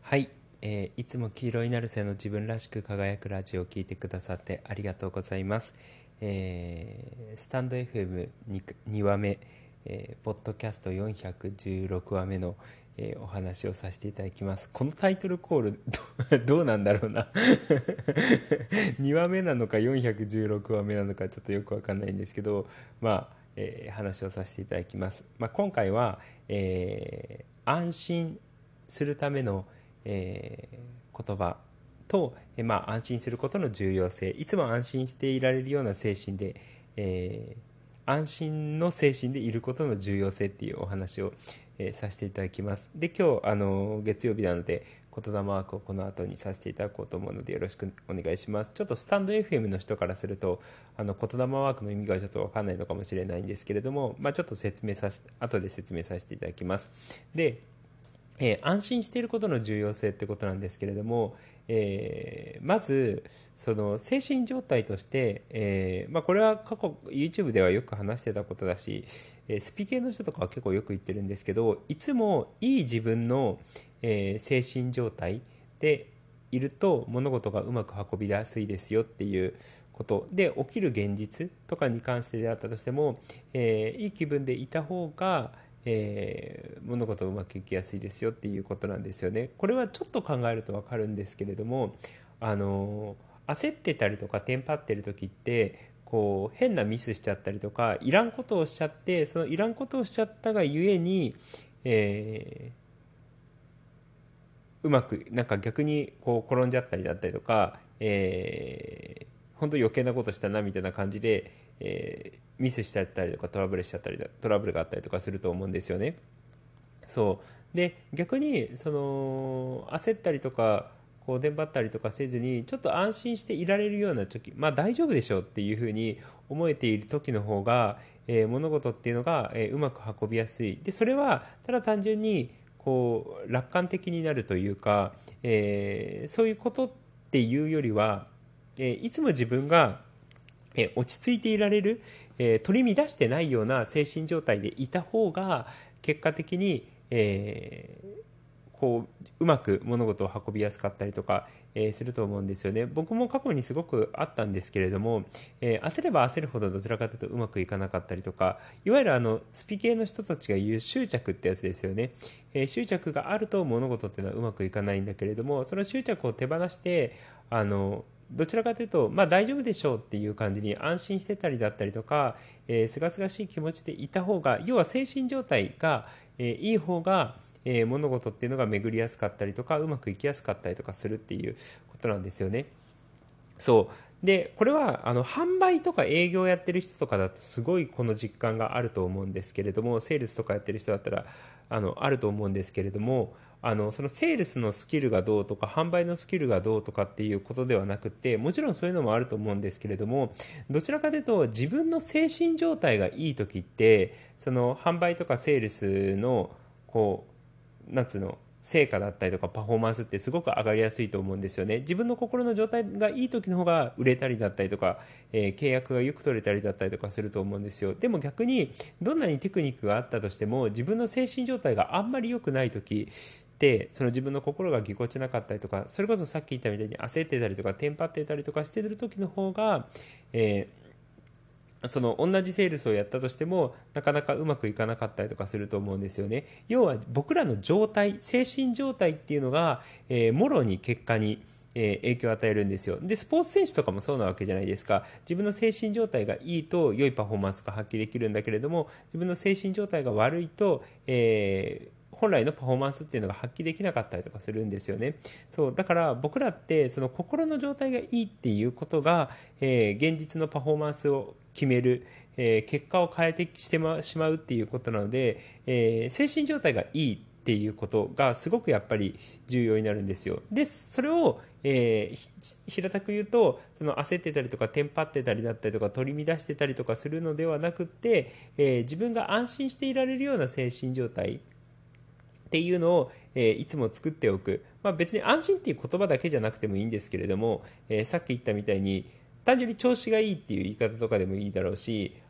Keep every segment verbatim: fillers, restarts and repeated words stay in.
はい、えーいつも黄色いナルセの自分らしく輝くラジオを聞いてくださってありがとうございます。えースタンド エフエムに, にわめ、えーポッドキャストよんひゃくじゅうろくわめの、えーお話をさせていただきます。このタイトルコールどどうなんだろうなにわめなのかよんひゃくじゅうろくわめなのかちょっとよくわかんないんですけど、まあ、えー話をさせていただきます。まあ、今回は、えー安心するためのえー言葉と、えーまあ、安心することの重要性、いつも安心していられるような精神で、えー安心の精神でいることの重要性っていうお話を、えーさせていただきます。で、今日あの月曜日なので言霊ワークをこの後にさせていただこうと思うのでよろしくお願いします。ちょっとスタンド エフエム の人からするとあの言霊ワークの意味がちょっと分かんないのかもしれないんですけれども、まあ、ちょっと説明させ後で説明させていただきます。でえー安心していることの重要性ってことなんですけれども、えーまずその精神状態として、えーまあ、これは過去 YouTube ではよく話してたことだし、えースピ系の人とかは結構よく言ってるんですけど、いつもいい自分の、えー精神状態でいると物事がうまく運びやすいですよっていうことで、起きる現実とかに関してであったとしても、えーいい気分でいた方がえー物事うまくいきやすいですよっていうことなんですよね。これはちょっと考えると分かるんですけれども、あの焦ってたりとかテンパってる時ってこう変なミスしちゃったりとかいらんことをしちゃって、そのいらんことをしちゃったがゆえに、えーうまくなんか逆にこう転んじゃったりだったりとか、えー、本当余計なことしたなみたいな感じで、えーミスしちゃったりとかトラブルしちゃったりだトラブルがあったりとかすると思うんですよね。そうで逆にその焦ったりとかこうテンパったりとかせずにちょっと安心していられるような時、まあ大丈夫でしょうっていうふうに思えている時の方が、えー物事っていうのが、えーうまく運びやすい。でそれはただ単純にこう楽観的になるというか、えーそういうことっていうよりは、えーいつも自分がえ落ち着いていられる、えー取り乱してないような精神状態でいた方が結果的に、えーこううまく物事を運びやすかったりとか、えーすると思うんですよね。僕も過去にすごくあったんですけれども、えー焦れば焦るほどどちらかというとうまくいかなかったりとか、いわゆるあのスピ系の人たちが言う執着ってやつですよね。えー執着があると物事っていうのはうまくいかないんだけれども、その執着を手放してあのどちらかというと、まあ、大丈夫でしょうっていう感じに安心してたりだったりとか、えー、すがすがしい気持ちでいた方が、要は精神状態が、えーいい方が、えー物事っていうのが巡りやすかったりとかうまくいきやすかったりとかするっていうことなんですよね。そうでこれはあの販売とか営業やってる人とかだとすごいこの実感があると思うんですけれども、セールスとかやってる人だったらあのあると思うんですけれども、あのそのセールスのスキルがどうとか販売のスキルがどうとかっていうことではなくて、もちろんそういうのもあると思うんですけれども、どちらかというと自分の精神状態がいい時ってその販売とかセールスのこうなんつうの成果だったりとかパフォーマンスってすごく上がりやすいと思うんですよね。自分の心の状態がいい時の方が売れたりだったりとか、えー契約がよく取れたりだったりとかすると思うんですよ。でも逆にどんなにテクニックがあったとしても自分の精神状態があんまり良くない時ってその自分の心がぎこちなかったりとか、それこそさっき言ったみたいに焦ってたりとかテンパってたりとかしてる時の方が、えーその同じセールスをやったとしてもなかなかうまくいかなかったりとかすると思うんですよね。要は僕らの状態、精神状態っていうのが、えーもろに結果に、えー影響を与えるんですよ。でスポーツ選手とかもそうなわけじゃないですか。自分の精神状態がいいと良いパフォーマンスが発揮できるんだけれども、自分の精神状態が悪いと、えー本来のパフォーマンスっていうのが発揮できなかったりとかするんですよね。そうだから僕らってその心の状態がいいっていうことが、えー現実のパフォーマンスを決める、えー結果を変えてしてしまうっていうことなので、えー精神状態がいいっていうことがすごくやっぱり重要になるんですよ。でそれを、えー平たく言うとその焦ってたりとかテンパってたりだったりとか取り乱してたりとかするのではなくって、えー自分が安心していられるような精神状態っていうのを、えーいつも作っておく、まあ、別に安心っていう言葉だけじゃなくてもいいんですけれども、えーさっき言ったみたいに単純に調子がいいっていう言い方とかでもいいだろうし、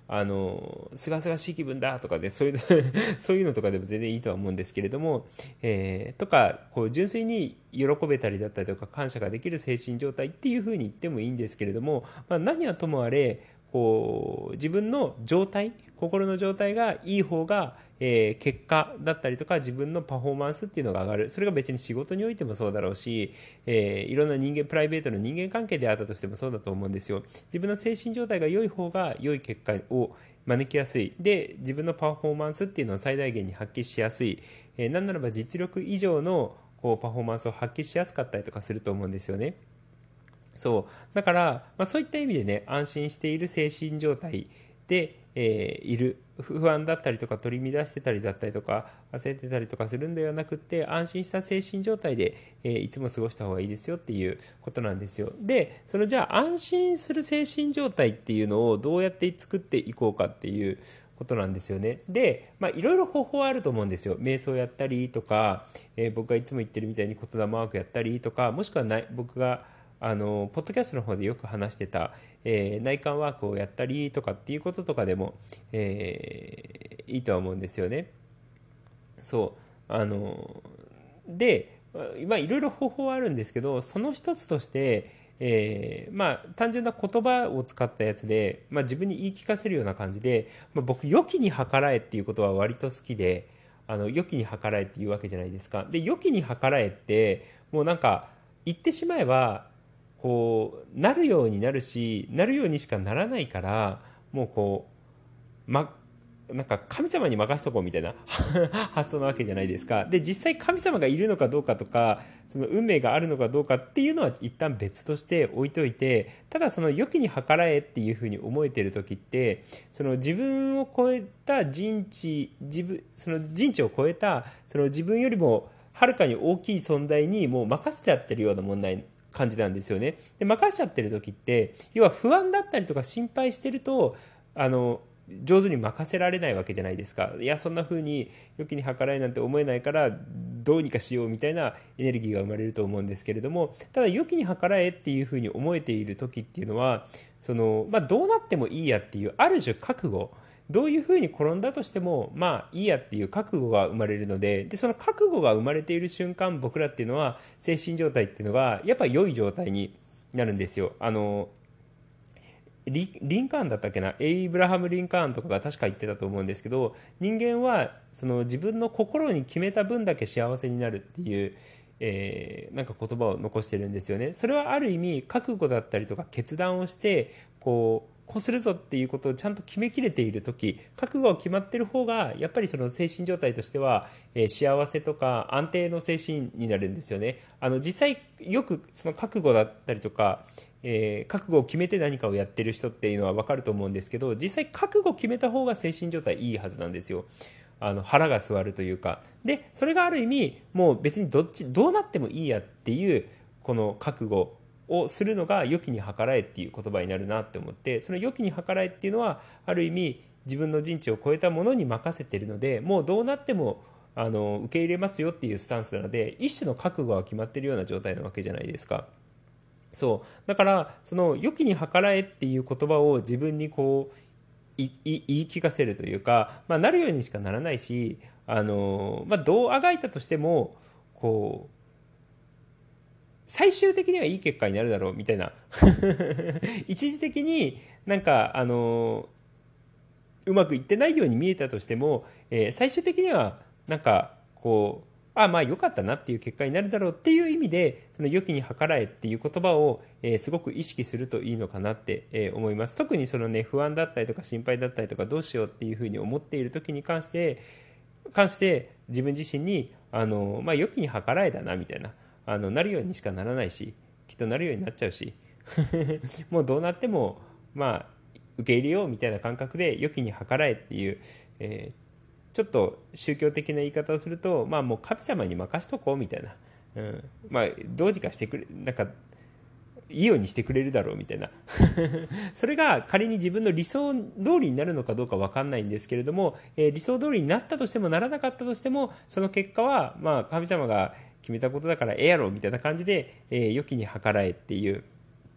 あのすがすがしい気分だとかで、そういうそういうのとかでも全然いいとは思うんですけれども、えーとかこう純粋に喜べたりだったりとか感謝ができる精神状態っていうふうに言ってもいいんですけれども、まあ、何はともあれこう自分の状態、心の状態がいい方が、えー結果だったりとか自分のパフォーマンスっていうのが上がる。それが別に仕事においてもそうだろうし、えーいろんな人間プライベートの人間関係であったとしてもそうだと思うんですよ。自分の精神状態が良い方が良い結果を招きやすい。で自分のパフォーマンスっていうのを最大限に発揮しやすい、えー、なんならば実力以上のこうパフォーマンスを発揮しやすかったりとかすると思うんですよね。そうだから、まあ、そういった意味でね、安心している精神状態で、えーいる。不安だったりとか取り乱してたりだったりとか焦ってたりとかするんではなくって、安心した精神状態で、えーいつも過ごした方がいいですよっていうことなんですよ。でそのじゃあ安心する精神状態っていうのをどうやって作っていこうかっていうことなんですよね。で、まあ、いろいろ方法はあると思うんですよ。瞑想やったりとか、えー僕がいつも言ってるみたいに言霊ワークやったりとか、もしくはない僕があのポッドキャストの方でよく話してた、えー内観ワークをやったりとかっていうこととかでも、えーいいとは思うんですよね。そうあので、まあ、いろいろ方法はあるんですけど、その一つとして、えーまあ、単純な言葉を使ったやつで、まあ、自分に言い聞かせるような感じで、まあ、僕良きに計らえっていうことは割と好きで、あの良きに計らえっていうわけじゃないですか。で良きに計らえってもうなんか言ってしまえばこうなるようになるし、なるようにしかならないから、もうこう、ま、なんか神様に任せとこうみたいな発想なわけじゃないですか。で実際神様がいるのかどうかとか、その運命があるのかどうかっていうのは一旦別として置いといて、ただその良きに計らえっていうふうに思えてる時って、その自分を超えた人知自分その人知を超えた、その自分よりもはるかに大きい存在にもう任せてやってるような問題感じなんですよね。で任せちゃってる時って、要は不安だったりとか心配してると、あの上手に任せられないわけじゃないですか。いやそんな風に良きに計らいなんて思えないからどうにかしようみたいなエネルギーが生まれると思うんですけれども、ただ良きに計らえっていう風に思えている時っていうのは、その、まあ、どうなってもいいやっていうある種覚悟、どういう風に転んだとしてもまあいいやっていう覚悟が生まれるので、でその覚悟が生まれている瞬間、僕らっていうのは精神状態っていうのがやっぱ良い状態になるんですよ。あのリリンカーンだったっけな、エイブラハム・リンカーンとかが確か言ってたと思うんですけど、人間はその自分の心に決めた分だけ幸せになるっていう、えーなんか言葉を残してるんですよね。それはある意味覚悟だったりとか決断をして、こうこうするぞっていうことをちゃんと決めきれている時、覚悟が決まっている方がやっぱりその精神状態としては、えー幸せとか安定の精神になるんですよね。あの実際よくその覚悟だったりとか、えー覚悟を決めて何かをやってる人っていうのは分かると思うんですけど、実際覚悟を決めた方が精神状態いいはずなんですよ。あの腹が据わるというか。でそれがある意味もう別にどっちどうなってもいいやっていうこの覚悟をするのが良きに計らえっていう言葉になるなって思って、その良きに計らえっていうのはある意味自分の人知を超えたものに任せているので、もうどうなってもあの受け入れますよっていうスタンスなので、一種の覚悟が決まっているような状態なわけじゃないですか。そうだからその良きに計らえっていう言葉を自分にこういい言い聞かせるというか、まあ、なるようにしかならないし、あの、まあ、どうあがいたとしてもこう最終的にはいい結果になるだろうみたいな一時的になんかあのうまくいってないように見えたとしても、えー最終的にはなんかこうあまあ良かったなっていう結果になるだろうっていう意味で、その良きに計らえっていう言葉を、えーすごく意識するといいのかなって、えー思います。特にそのね、不安だったりとか心配だったりとかどうしようっていうふうに思っている時に関して関して自分自身にあの、まあ、良きに計らえだなみたいな、あのなるようにしかならないし、きっとなるようになっちゃうしもうどうなってもまあ受け入れようみたいな感覚で良きに計らえっていう、えーちょっと宗教的な言い方をすると、まあもう神様に任しとこうみたいな、うん、まあどうにかしてくれ、なんかいいようにしてくれるだろうみたいなそれが仮に自分の理想通りになるのかどうか分かんないんですけれども、えー理想通りになったとしてもならなかったとしても、その結果はまあ神様が決めたことだからええやろみたいな感じで、えー良きに計らえっていう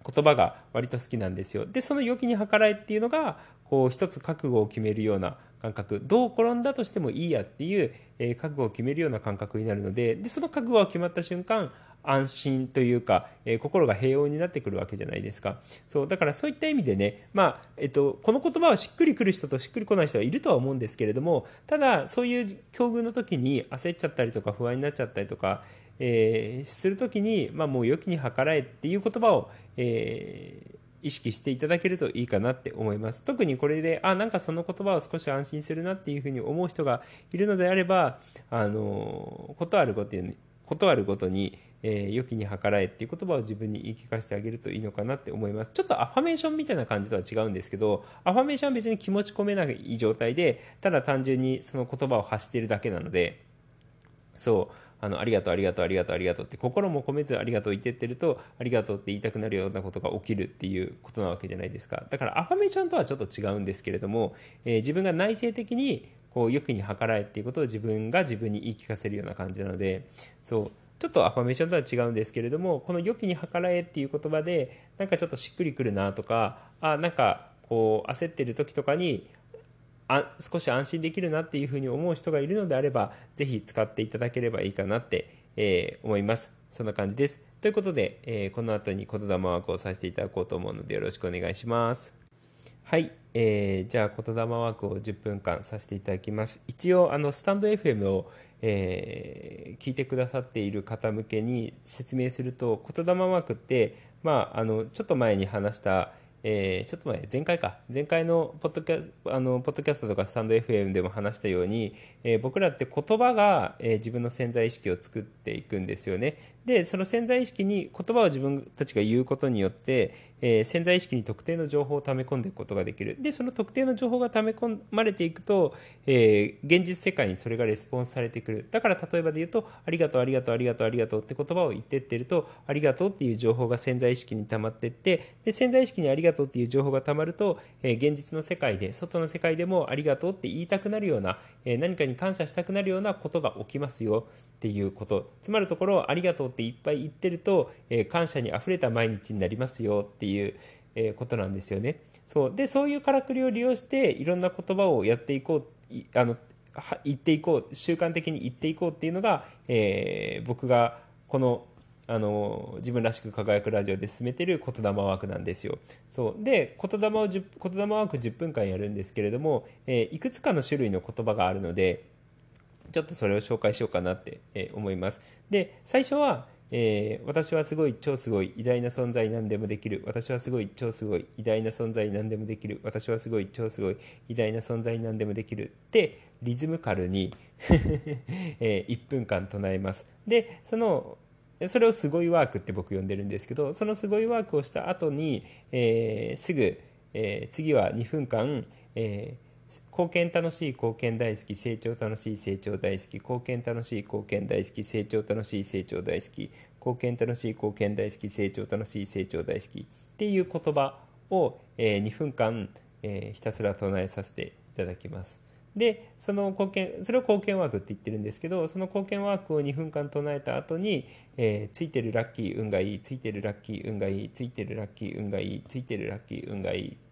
言葉が割と好きなんですよ。で、その良きに計らえっていうのが、こう一つ覚悟を決めるような感覚、どう転んだとしてもいいやっていう、えー覚悟を決めるような感覚になるので、で、その覚悟が決まった瞬間、安心というか、えー心が平穏になってくるわけじゃないですか。そう、だからそういった意味でね、まあ、えっと、この言葉はしっくりくる人としっくりこない人はいるとは思うんですけれども、ただ、そういう境遇の時に焦っちゃったりとか不安になっちゃったりとか、えーするときに、まあ、もう良きに計らえっていう言葉を、えー意識していただけるといいかなって思います。特にこれで、あ、なんかその言葉を少し安心するなっていうふうに思う人がいるのであれば、あの、ことあるごとに、ことあるごとに、えー良きに計らえっていう言葉を自分に言い聞かせてあげるといいのかなって思います。ちょっとアファメーションみたいな感じとは違うんですけど、アファメーションは別に気持ち込めない状態で、ただ単純にその言葉を発しているだけなので、そうあのありがとうありがとうありがとうありがとうって心も込めずありがとう言ってってると、ありがとうって言いたくなるようなことが起きるっていうことなわけじゃないですか。だからアファメーションとはちょっと違うんですけれども、えー自分が内省的にこう良きに計らえっていうことを自分が自分に言い聞かせるような感じなので、そうちょっとアファメーションとは違うんですけれども、この良きに計らえっていう言葉でなんかちょっとしっくりくるなとか、あなんかこう焦ってる時とかにあ少し安心できるなっていうふうに思う人がいるのであれば、ぜひ使っていただければいいかなって、えー思います。そんな感じです。ということで、えーこの後に言霊ワークをさせていただこうと思うのでよろしくお願いします。はい、えーじゃあ言霊ワークをじゅっぷんかんさせていただきます。一応あのスタンド エフエム を、えー聞いてくださっている方向けに説明すると、言霊ワークって、まあ、あのちょっと前に話した、えーちょっと前前回か前回のポッドキャスあのポッドキャストとかスタンド エフエム でも話したように、えー僕らって言葉が、えー自分の潜在意識を作っていくんですよね。でその潜在意識に言葉を自分たちが言うことによって、えー潜在意識に特定の情報を溜め込んでいくことができる。でその特定の情報が溜め込まれていくと、えー現実世界にそれがレスポンスされてくる。だから例えばで言うと、ありがとうありがとうありがとうありがとうって言葉を言ってってると、ありがとうっていう情報が潜在意識に溜まっていって、で潜在意識にありがとうっていう情報が溜まると、えー現実の世界で外の世界でもありがとうって言いたくなるような、えー何かに感謝したくなるようなことが起きますよっていうこと。つまるところ、ありがとうっていっぱい言ってると、えー感謝にあふれた毎日になりますよっていう、えーことなんですよね。そうでそういうからくりを利用していろんな言葉をやっていこう、いあのは言っていこう、習慣的に言っていこうっていうのが、えー僕がこのあの自分らしく輝くラジオで進めている言霊ワークなんですよ。そうで言霊を言霊ワークじゅっぷんかんやるんですけれども、えーいくつかの種類の言葉があるので、ちょっとそれを紹介しようかなって、えー思います。で、最初は、えー私はすごい、超すごい、偉大な存在何でもできる。私はすごい、超すごい、偉大な存在何でもできる。私はすごい、超すごい、偉大な存在何でもできる。ってリズムカルにえーいっぷんかん唱えます。で、その、それをすごいワークって僕呼んでるんですけど、そのすごいワークをした後に、えーすぐ、えー次はにふんかん、えー貢献楽しい貢献大好き成長楽しい成長大好き貢献楽しい貢献大好き成長楽しい成長大好き貢献楽しい貢献大好き成長楽しい成長大好きっていう言葉を、えーにふんかん、えーひたすら唱えさせていただきます。でその貢献それを貢献ワークって言ってるんですけど、その貢献ワークをにふんかん唱えた後に、えーついてるラッキー運がいい、ついてるラッキー運がいい、ついてるラッキー運がいい、ついてるラッキー運がいいって、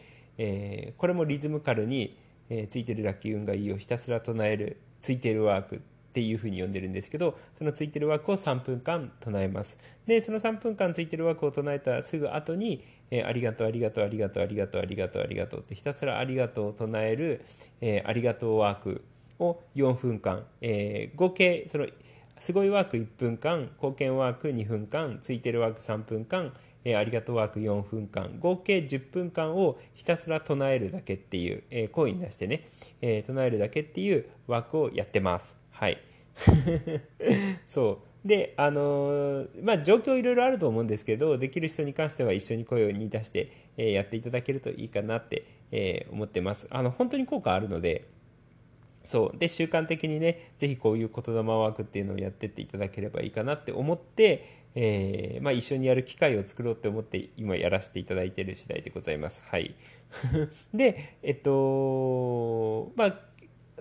えーこれもリズムカルに、えーついてるラッキー運がいいをひたすら唱えるついてるワークっていうふうに呼んでるんですけど、そのついてるワークをさんぷんかん唱えます。でそのさんぷんかんついてるワークを唱えたすぐ後に、えーありがとうありがとうありがとうありがとうありがとうありがとうってひたすらありがとうを唱える、えーありがとうワークをよんふんかん、えー合計そのすごいワークいっぷんかん、貢献ワークにふんかん、ついてるワークさんぷんかん、えーありがとうワークよんふんかん、合計じゅっぷんかんをひたすら唱えるだけっていう、えー声に出してね、えー唱えるだけっていうワークをやってます。はい。そうであのーまあ状況いろいろあると思うんですけど、できる人に関しては一緒に声に出して、えーやっていただけるといいかなって、えー思ってます。あの本当に効果あるので、そうで習慣的にね、ぜひこういう言霊ワークっていうのをやってっていただければいいかなって思って、えーまあ、一緒にやる機会を作ろうって思って今やらせていただいている次第でございます。はい。でえっとまあ